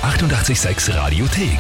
886 Radiothek.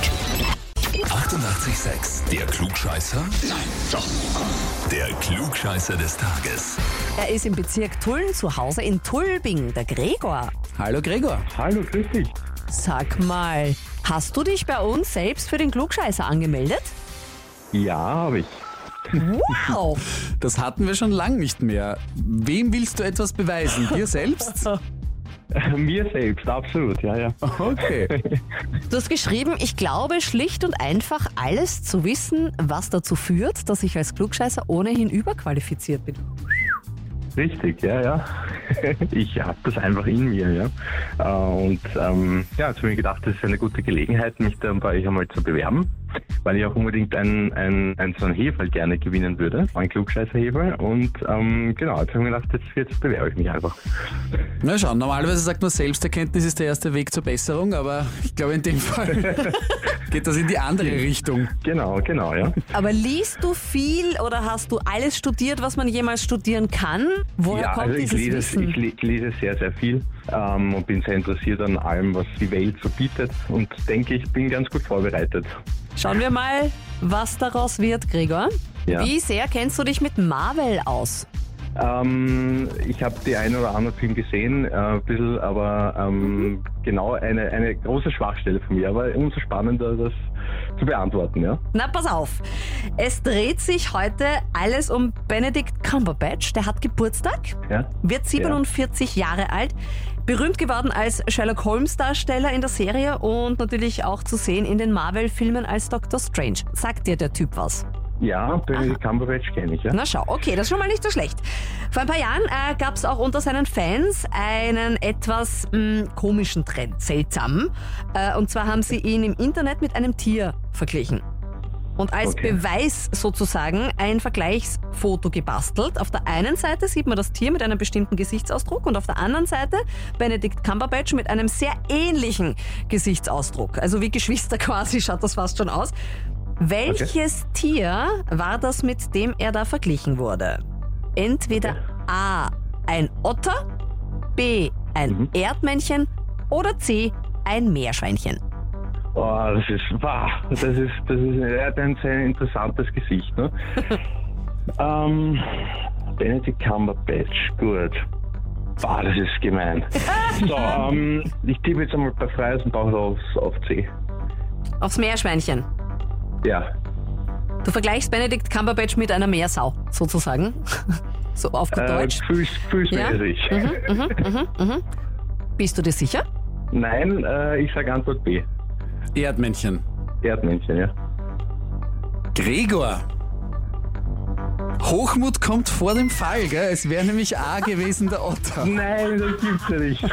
88,6. Der Klugscheißer? Nein, doch. Der Klugscheißer des Tages. Er ist im Bezirk Tulln zu Hause in Tulbing, der Gregor. Hallo Gregor. Hallo, grüß dich. Sag mal, hast du dich bei uns selbst für den Klugscheißer angemeldet? Ja, habe ich. Wow! Das hatten wir schon lang nicht mehr. Wem willst du etwas beweisen? Dir selbst? Mir selbst, absolut, ja. Okay. Du hast geschrieben, ich glaube schlicht und einfach alles zu wissen, was dazu führt, dass ich als Klugscheißer ohnehin überqualifiziert bin. Richtig, ja. Ich habe das einfach in mir, ja. Und jetzt habe ich mir gedacht, das ist eine gute Gelegenheit, mich da bei euch einmal zu bewerben, weil ich auch unbedingt so ein Heferl gerne gewinnen würde, ein Klugscheißer-Heferl. Und jetzt habe ich mir gedacht, jetzt bewerbe ich mich einfach. Na schau, normalerweise sagt man, Selbsterkenntnis ist der erste Weg zur Besserung, aber ich glaube in dem Fall geht das in die andere Richtung. Genau, ja. Aber liest du viel oder hast du alles studiert, was man jemals studieren kann? Woher kommt ich dieses Wissen? lese sehr, sehr viel und bin sehr interessiert an allem, was die Welt so bietet und denke, ich bin ganz gut vorbereitet. Schauen wir mal, was daraus wird, Gregor. Ja. Wie sehr kennst du dich mit Marvel aus? Ich habe die ein oder andere Film gesehen, ein bisschen, aber genau eine große Schwachstelle von mir, aber umso spannender, das zu beantworten, ja. Na, pass auf. Es dreht sich heute alles um Benedict Cumberbatch. Der hat Geburtstag, wird 47 Jahre alt, berühmt geworden als Sherlock Holmes-Darsteller in der Serie und natürlich auch zu sehen in den Marvel-Filmen als Dr. Strange. Sagt dir der Typ was? Ja, Benedict Cumberbatch kenne ich, ja. Na schau, okay, das ist schon mal nicht so schlecht. Vor ein paar Jahren gab es auch unter seinen Fans einen etwas komischen Trend, seltsam. Und zwar haben sie ihn im Internet mit einem Tier verglichen. Und als Beweis sozusagen ein Vergleichsfoto gebastelt. Auf der einen Seite sieht man das Tier mit einem bestimmten Gesichtsausdruck und auf der anderen Seite Benedict Cumberbatch mit einem sehr ähnlichen Gesichtsausdruck. Also wie Geschwister quasi schaut das fast schon aus. Welches Tier war das, mit dem er da verglichen wurde? Entweder A, ein Otter, B, ein Erdmännchen oder C, ein Meerschweinchen. Oh, das ist ein sehr interessantes Gesicht, ne? Benedict Cumberbatch, gut. Boah, das ist gemein. So, ich tippe jetzt einmal bei freies und Bauch auf C. Aufs Meerschweinchen? Ja. Du vergleichst Benedict Cumberbatch mit einer Meersau, sozusagen. So auf gut Deutsch. Füßmäßig. Ja? Bist du dir sicher? Nein, ich sage Antwort B. Erdmännchen. Erdmännchen, ja. Gregor. Hochmut kommt vor dem Fall, gell? Es wäre nämlich A gewesen, der Otter. Nein, das gibt's ja nicht.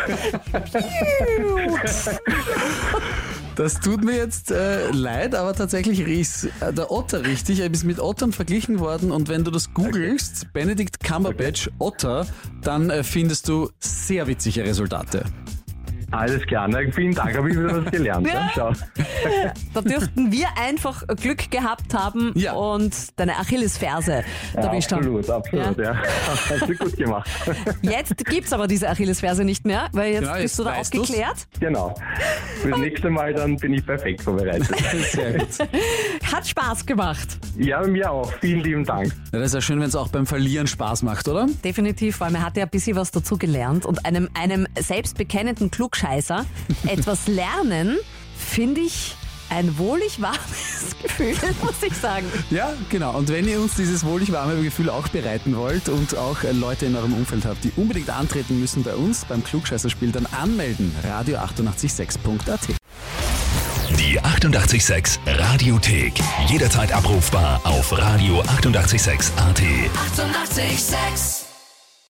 Das tut mir jetzt leid, aber tatsächlich ist der Otter richtig. Er ist mit Ottern verglichen worden und wenn du das googelst, Benedict Cumberbatch Otter, dann findest du sehr witzige Resultate. Alles klar, na, vielen Dank, habe ich wieder was gelernt. Ja. Schau. Da dürften wir einfach Glück gehabt haben und deine Achillesferse erwischt haben. Absolut, ja. Hast du gut gemacht. Jetzt gibt's aber diese Achillesferse nicht mehr, weil jetzt bist du da aufgeklärt. Genau. Fürs nächste Mal dann bin ich perfekt vorbereitet. Sehr gut. Hat Spaß gemacht. Ja, mir auch. Vielen lieben Dank. Ja, das ist ja schön, wenn es auch beim Verlieren Spaß macht, oder? Definitiv, weil man hat ja ein bisschen was dazu gelernt und einem selbstbekennenden Klugscheißer etwas lernen, finde ich ein wohlig warmes Gefühl, muss ich sagen. Ja, genau. Und wenn ihr uns dieses wohlig warme Gefühl auch bereiten wollt und auch Leute in eurem Umfeld habt, die unbedingt antreten müssen bei uns beim Klugscheißerspiel, dann anmelden. radio886.at. Die 88,6 Radiothek. Jederzeit abrufbar auf radio886.at. 88,6.